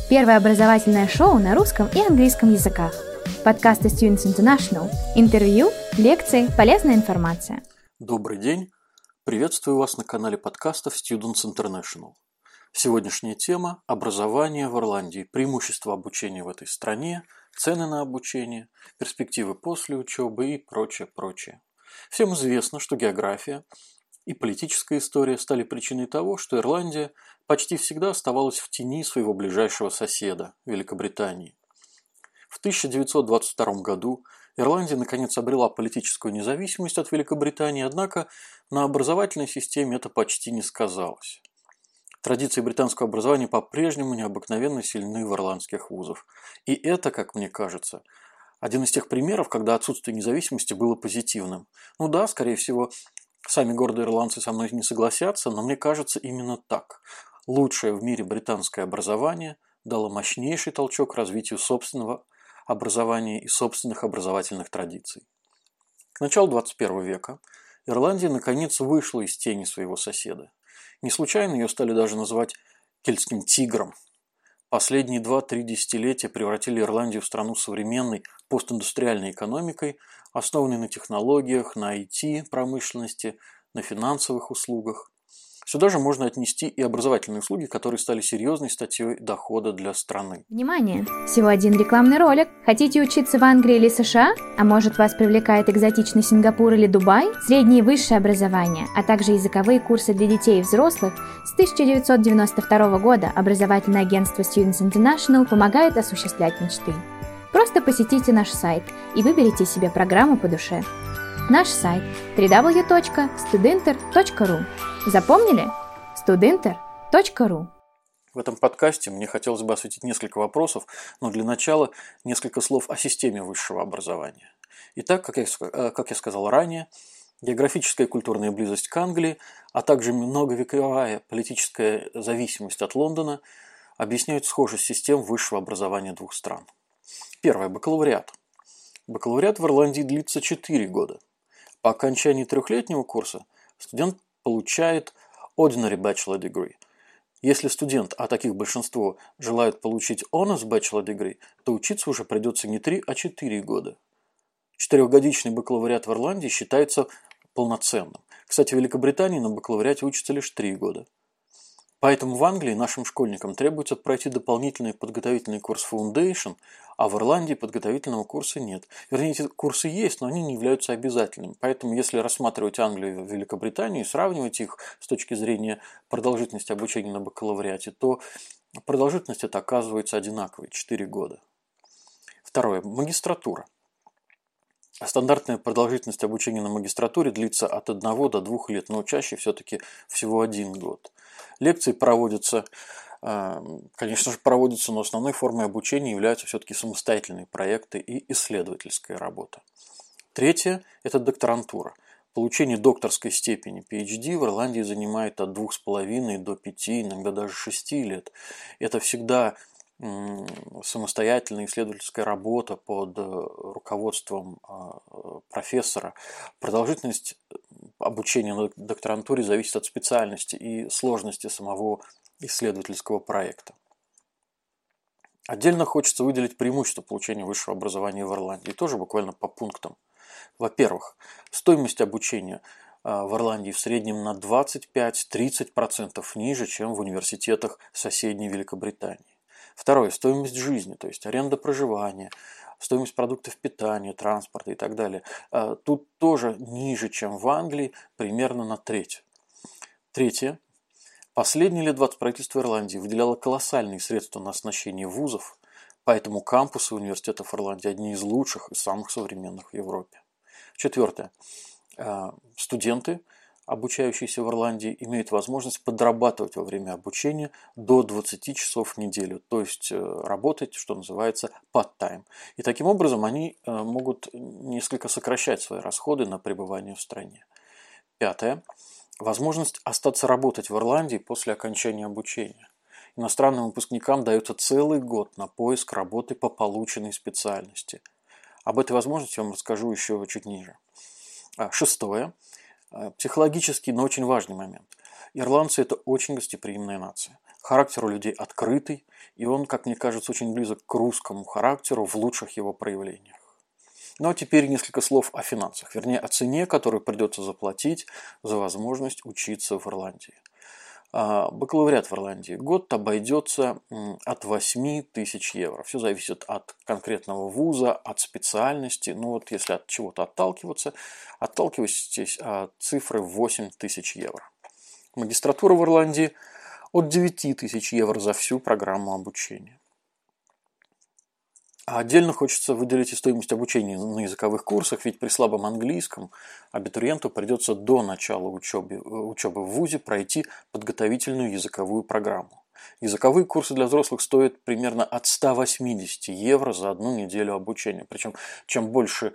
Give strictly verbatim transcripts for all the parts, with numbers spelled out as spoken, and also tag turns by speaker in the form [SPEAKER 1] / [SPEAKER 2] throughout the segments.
[SPEAKER 1] Первое образовательное шоу на русском и английском языках. Подкасты Students International. Интервью, лекции, полезная информация.
[SPEAKER 2] Добрый день. Приветствую вас на канале подкастов Students International. Сегодняшняя тема – образование в Ирландии, преимущества обучения в этой стране, цены на обучение, перспективы после учебы и прочее, прочее. Всем известно, что география и политическая история стали причиной того, что Ирландия почти всегда оставалась в тени своего ближайшего соседа – Великобритании. В тысяча девятьсот двадцать втором году Ирландия наконец обрела политическую независимость от Великобритании, однако на образовательной системе это почти не сказалось. Традиции британского образования по-прежнему необыкновенно сильны в ирландских вузах. И это, как мне кажется, один из тех примеров, когда отсутствие независимости было позитивным. Ну да, скорее всего, сами гордые ирландцы со мной не согласятся, но мне кажется именно так. Лучшее в мире британское образование дало мощнейший толчок развитию собственного образования и собственных образовательных традиций. К началу двадцать первого века Ирландия наконец вышла из тени своего соседа. Не случайно ее стали даже называть кельтским тигром. Последние два-три десятилетия превратили Ирландию в страну с современной постиндустриальной экономикой, основанной на технологиях, на ай ти-промышленности, на финансовых услугах. Сюда же можно отнести и образовательные услуги, которые стали серьезной статьей дохода для страны.
[SPEAKER 1] Внимание! Всего один рекламный ролик. Хотите учиться в Англии или США? А может, вас привлекает экзотичный Сингапур или Дубай? Среднее и высшее образование, а также языковые курсы для детей и взрослых с тысяча девятьсот девяносто второго года образовательное агентство Students International помогает осуществлять мечты. Просто посетите наш сайт и выберите себе программу по душе. Наш сайт дабл ю дабл ю дабл ю точка студинтер точка ру. Запомнили? студинтер точка ру.
[SPEAKER 2] В этом подкасте мне хотелось бы осветить несколько вопросов, но для начала несколько слов о системе высшего образования. Итак, как я, как я сказал ранее, географическая и культурная близость к Англии, а также многовековая политическая зависимость от Лондона объясняют схожесть систем высшего образования двух стран. Первое – бакалавриат. Бакалавриат в Ирландии длится четыре года. По окончании трехлетнего курса студент получает Ordinary Bachelor Degree. Если студент, а таких большинство, желают получить Honors Bachelor Degree, то учиться уже придется не три, а четыре года. Четырехгодичный бакалавриат в Ирландии считается полноценным. Кстати, в Великобритании на бакалавриате учатся лишь три года. Поэтому в Англии нашим школьникам требуется пройти дополнительный подготовительный курс Foundation, а в Ирландии подготовительного курса нет. Вернее, эти курсы есть, но они не являются обязательными. Поэтому, если рассматривать Англию и Великобританию и сравнивать их с точки зрения продолжительности обучения на бакалавриате, то продолжительность эта оказывается одинаковой – четыре года. Второе. Магистратура. Стандартная продолжительность обучения на магистратуре длится от одного до двух лет, но чаще все-таки всего один год. Лекции проводятся, конечно же, проводятся, но основной формой обучения являются все-таки самостоятельные проекты и исследовательская работа. Третье – это докторантура. Получение докторской степени пи эйч ди в Ирландии занимает от двух с половиной до пяти, иногда даже шести лет. Это всегда самостоятельная исследовательская работа под руководством профессора. Продолжительность обучения на докторантуре зависит от специальности и сложности самого исследовательского проекта. Отдельно хочется выделить преимущество получения высшего образования в Ирландии, тоже буквально по пунктам. Во-первых, стоимость обучения в Ирландии в среднем на двадцать пять - тридцать процентов ниже, чем в университетах соседней Великобритании. Второе – стоимость жизни, то есть аренда проживания, стоимость продуктов питания, транспорта и так далее. Тут тоже ниже, чем в Англии, примерно на треть. Третье. Последние лет двадцать правительство Ирландии выделяло колоссальные средства на оснащение вузов, поэтому кампусы университетов Ирландии одни из лучших и самых современных в Европе. Четвертое. Студенты, обучающиеся в Ирландии, имеют возможность подрабатывать во время обучения до двадцати часов в неделю, то есть работать, что называется, part-time. И таким образом они могут несколько сокращать свои расходы на пребывание в стране. Пятое. Возможность остаться работать в Ирландии после окончания обучения. Иностранным выпускникам дается целый год на поиск работы по полученной специальности. Об этой возможности я вам расскажу еще чуть ниже. Шестое. Психологический, но очень важный момент. Ирландцы – это очень гостеприимная нация. Характер у людей открытый, и он, как мне кажется, очень близок к русскому характеру в лучших его проявлениях. Ну а теперь несколько слов о финансах, вернее о цене, которую придется заплатить за возможность учиться в Ирландии. Бакалавриат в Ирландии год обойдется от восьми тысяч евро. Все зависит от конкретного вуза, от специальности. Ну вот если от чего-то отталкиваться, отталкивайтесь от цифры восемь тысяч евро. Магистратура в Ирландии от девяти тысяч евро за всю программу обучения. А отдельно хочется выделить и стоимость обучения на языковых курсах, ведь при слабом английском абитуриенту придется до начала учебы, учебы в вузе пройти подготовительную языковую программу. Языковые курсы для взрослых стоят примерно от ста восьмидесяти евро за одну неделю обучения. Причем чем больше,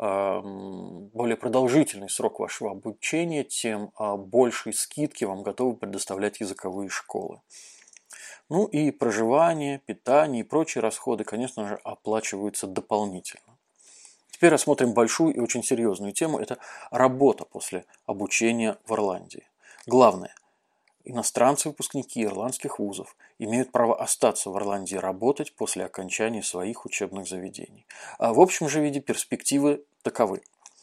[SPEAKER 2] более продолжительный срок вашего обучения, тем большие скидки вам готовы предоставлять языковые школы. Ну и проживание, питание и прочие расходы, конечно же, оплачиваются дополнительно. Теперь рассмотрим большую и очень серьезную тему – это работа после обучения в Ирландии. Главное, иностранцы-выпускники ирландских вузов имеют право остаться в Ирландии работать после окончания своих учебных заведений. А в общем же виде перспективы таковы.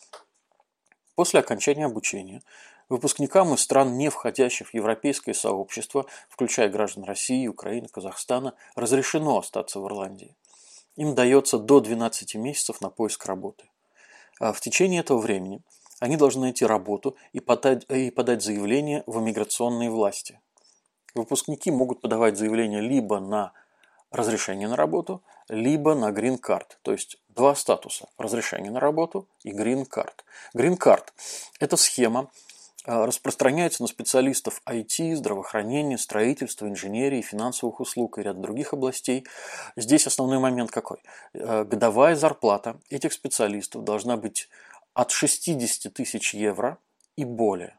[SPEAKER 2] После окончания обучения выпускникам из стран, не входящих в европейское сообщество, включая граждан России, Украины, Казахстана, разрешено остаться в Ирландии. Им дается до двенадцати месяцев на поиск работы. А в течение этого времени они должны найти работу и подать, и подать заявление в иммиграционные власти. Выпускники могут подавать заявление либо на разрешение на работу, либо на грин-карт, то есть два статуса – разрешение на работу и грин-карт. Грин-карт – это схема, распространяется на специалистов ай ти, здравоохранения, строительства, инженерии, финансовых услуг и ряд других областей. Здесь основной момент какой? Годовая зарплата этих специалистов должна быть от шестидесяти тысяч евро и более.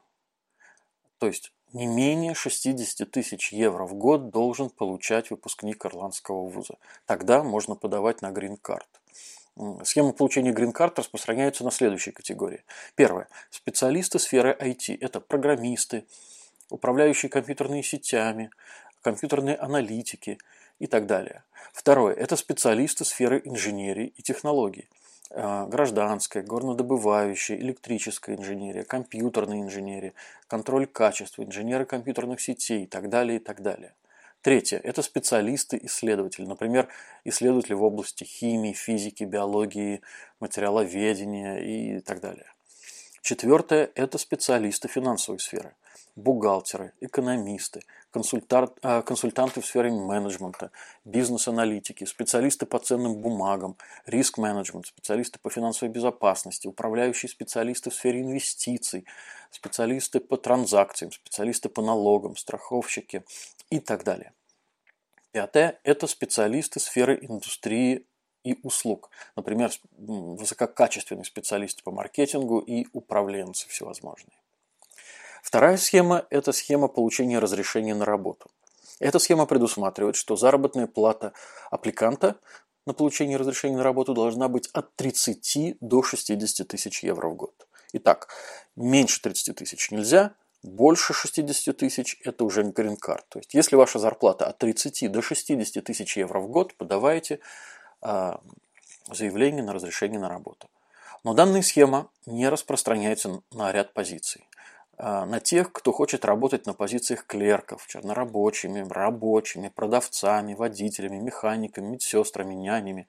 [SPEAKER 2] То есть не менее шестидесяти тысяч евро в год должен получать выпускник ирландского вуза. Тогда можно подавать на грин-карт. Схема получения грин-карт распространяется на следующие категории. Первое. Специалисты сферы ай ти. Это программисты, управляющие компьютерными сетями, компьютерные аналитики и так далее. Второе. Это специалисты сферы инженерии и технологий. Гражданская, горнодобывающая, электрическая инженерия, компьютерная инженерия, контроль качества, инженеры компьютерных сетей и так далее, и так далее. Третье – это специалисты-исследователи, например, исследователи в области химии, физики, биологии, материаловедения и так далее. Четвертое – это специалисты финансовой сферы, бухгалтеры, экономисты, консультанты в сфере менеджмента, бизнес-аналитики, специалисты по ценным бумагам, риск-менеджмент, специалисты по финансовой безопасности, управляющие специалисты в сфере инвестиций, специалисты по транзакциям, специалисты по налогам, страховщики и так далее. Пятое – это специалисты сферы индустрии и услуг. Например, высококачественные специалисты по маркетингу и управленцы всевозможные. Вторая схема – это схема получения разрешения на работу. Эта схема предусматривает, что заработная плата аппликанта на получение разрешения на работу должна быть от тридцати до шестидесяти тысяч евро в год. Итак, меньше тридцати тысяч нельзя, больше шестидесяти тысяч – это уже грин-карт. То есть, если ваша зарплата от тридцати до шестидесяти тысяч евро в год, подавайте э, заявление на разрешение на работу. Но данная схема не распространяется на ряд позиций. Э, на тех, кто хочет работать на позициях клерков, чернорабочими, рабочими, продавцами, водителями, механиками, медсестрами, нянями.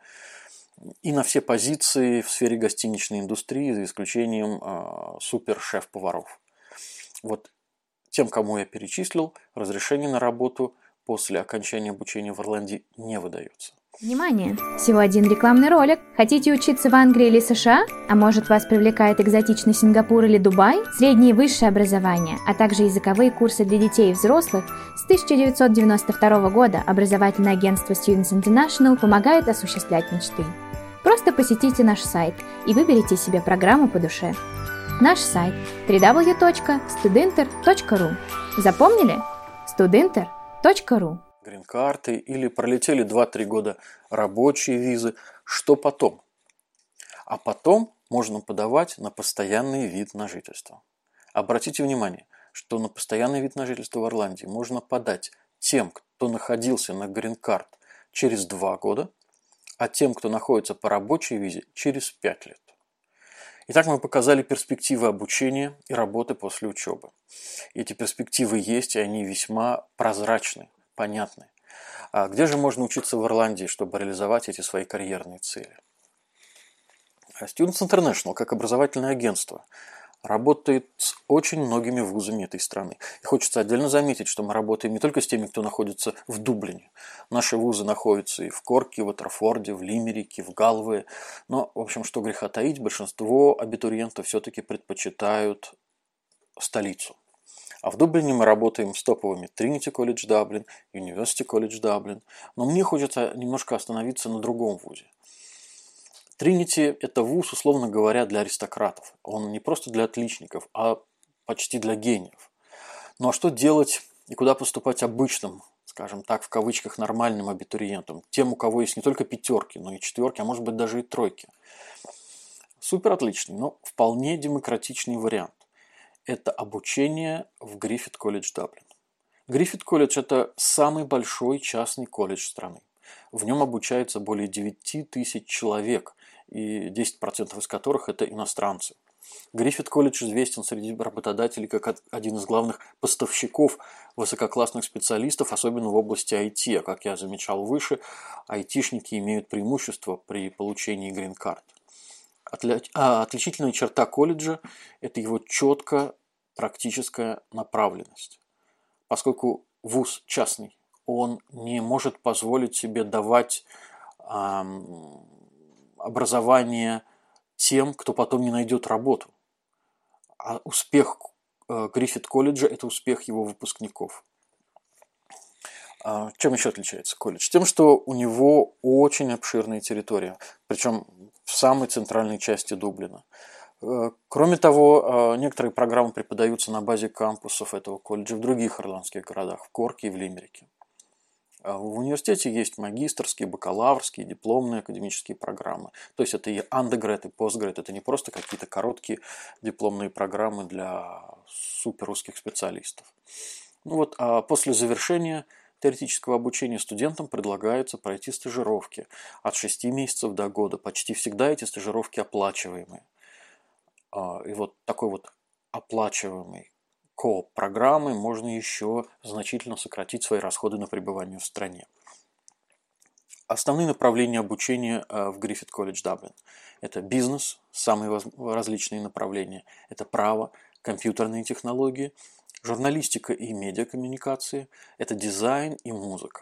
[SPEAKER 2] И на все позиции в сфере гостиничной индустрии, за исключением э, супер-шеф-поваров. Вот тем, кому я перечислил, разрешение на работу после окончания обучения в Ирландии не выдается.
[SPEAKER 1] Внимание! Всего один рекламный ролик. Хотите учиться в Англии или США? А может, вас привлекает экзотичный Сингапур или Дубай? Среднее и высшее образование, а также языковые курсы для детей и взрослых с тысяча девятьсот девяносто второго года образовательное агентство Students International помогает осуществлять мечты. Просто посетите наш сайт и выберите себе программу по душе. Наш сайт дабл ю дабл ю дабл ю точка студентер точка ру. Запомнили? студентер точка ру.
[SPEAKER 2] Грин-карты или пролетели два-три года рабочие визы. Что потом? А потом можно подавать на постоянный вид на жительство. Обратите внимание, что на постоянный вид на жительство в Ирландии можно подать тем, кто находился на грин-карт, через два года, а тем, кто находится по рабочей визе, через пять лет. Итак, мы показали перспективы обучения и работы после учебы. Эти перспективы есть, и они весьма прозрачны, понятны. А где же можно учиться в Ирландии, чтобы реализовать эти свои карьерные цели? Students International, как образовательное агентство, работает с очень многими вузами этой страны. И хочется отдельно заметить, что мы работаем не только с теми, кто находится в Дублине. Наши вузы находятся и в Корке, в Уотерфорде, в Лимерике, в Галвее. Но, в общем, что греха таить, большинство абитуриентов все-таки предпочитают столицу. А в Дублине мы работаем с топовыми Trinity College Dublin, University College Dublin. Но мне хочется немножко остановиться на другом вузе. Тринити – это вуз, условно говоря, для аристократов. Он не просто для отличников, а почти для гениев. Ну а что делать и куда поступать обычным, скажем так, в кавычках, нормальным абитуриентам? Тем, у кого есть не только пятерки, но и четверки, а может быть даже и тройки. Супер отличный, но вполне демократичный вариант. Это обучение в Griffith College Dublin. Griffith College – это самый большой частный колледж страны. В нем обучается более девять тысяч человек, и десять процентов из которых это иностранцы. Griffith колледж известен среди работодателей как один из главных поставщиков высококлассных специалистов, особенно в области ай ти. А как я замечал выше, айтишники имеют преимущество при получении грин-карт. Отличительная черта колледжа – это его четкая практическая направленность. Поскольку вуз частный, он не может позволить себе давать эм, образование тем, кто потом не найдет работу. А успех э, Griffith колледжа – это успех его выпускников. А чем еще отличается колледж? Тем, что у него очень обширная территория, причем в самой центральной части Дублина. Кроме того, некоторые программы преподаются на базе кампусов этого колледжа в других ирландских городах, в Корке и в Лимерике. В университете есть магистерские, бакалаврские, дипломные академические программы. То есть это и undergrad, и postgrad. Это не просто какие-то короткие дипломные программы для суперрусских специалистов. Ну вот, а после завершения теоретического обучения студентам предлагается пройти стажировки от шести месяцев до года. Почти всегда эти стажировки оплачиваемые. И вот такой вот оплачиваемый кооп программы можно еще значительно сократить свои расходы на пребывание в стране. Основные направления обучения в Griffith College Dublin – это бизнес, самые различные направления, это право, компьютерные технологии, журналистика и медиакоммуникации, это дизайн и музыка.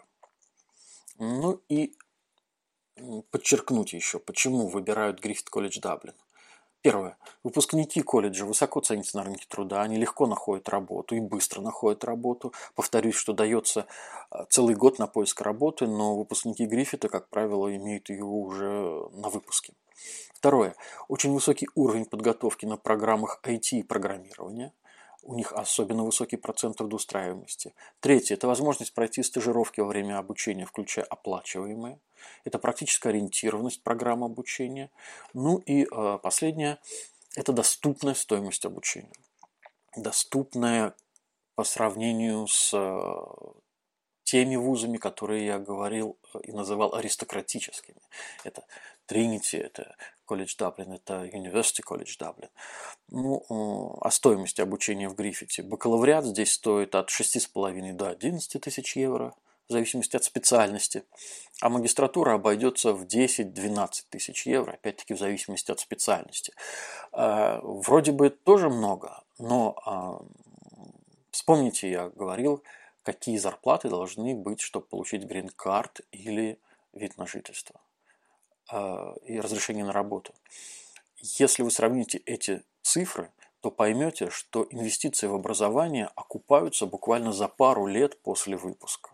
[SPEAKER 2] Ну и подчеркнуть еще, почему выбирают Griffith College Dublin. Первое. Выпускники колледжа высоко ценятся на рынке труда, они легко находят работу и быстро находят работу. Повторюсь, что дается целый год на поиск работы, но выпускники Гриффита, как правило, имеют ее уже на выпуске. Второе. Очень высокий уровень подготовки на программах ай ти и программирования. У них особенно высокий процент трудоустраиваемости. Третье – это возможность пройти стажировки во время обучения, включая оплачиваемые. Это практическая ориентированность программы обучения. Ну и э, последнее – это доступная стоимость обучения. Доступная по сравнению с э, теми вузами, которые я говорил и называл аристократическими. Это Trinity, это College Dublin, это University College Dublin. Ну, о стоимости обучения в Гриффите. Бакалавриат здесь стоит от шести с половиной до одиннадцати тысяч евро, в зависимости от специальности. А магистратура обойдется в десять-двенадцать тысяч евро, опять-таки в зависимости от специальности. Вроде бы тоже много, но вспомните, я говорил, какие зарплаты должны быть, чтобы получить грин-карт или вид на жительство и разрешение на работу. Если вы сравните эти цифры, то поймете, что инвестиции в образование окупаются буквально за пару лет после выпуска.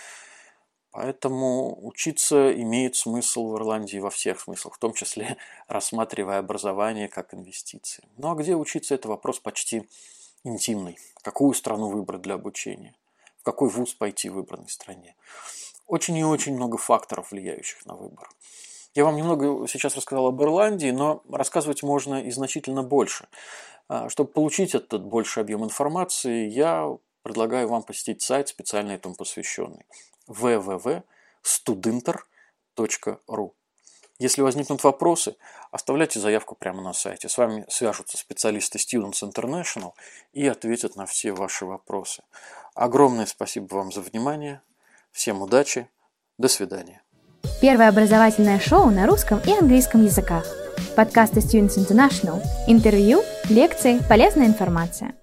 [SPEAKER 2] Поэтому учиться имеет смысл в Ирландии во всех смыслах, в том числе рассматривая образование как инвестиции. Ну а где учиться – это вопрос почти интимный. Какую страну выбрать для обучения? В какой вуз пойти в выбранной стране? Очень и очень много факторов, влияющих на выбор. Я вам немного сейчас рассказал об Ирландии, но рассказывать можно и значительно больше. Чтобы получить этот больший объем информации, я предлагаю вам посетить сайт, специально этому посвященный. дабл ю дабл ю дабл ю точка студентер точка ру. Если возникнут вопросы, оставляйте заявку прямо на сайте. С вами свяжутся специалисты Students International и ответят на все ваши вопросы. Огромное спасибо вам за внимание. Всем удачи. До свидания.
[SPEAKER 1] Первое образовательное шоу на русском и английском языках. Подкасты Students International. Интервью, лекции, полезная информация.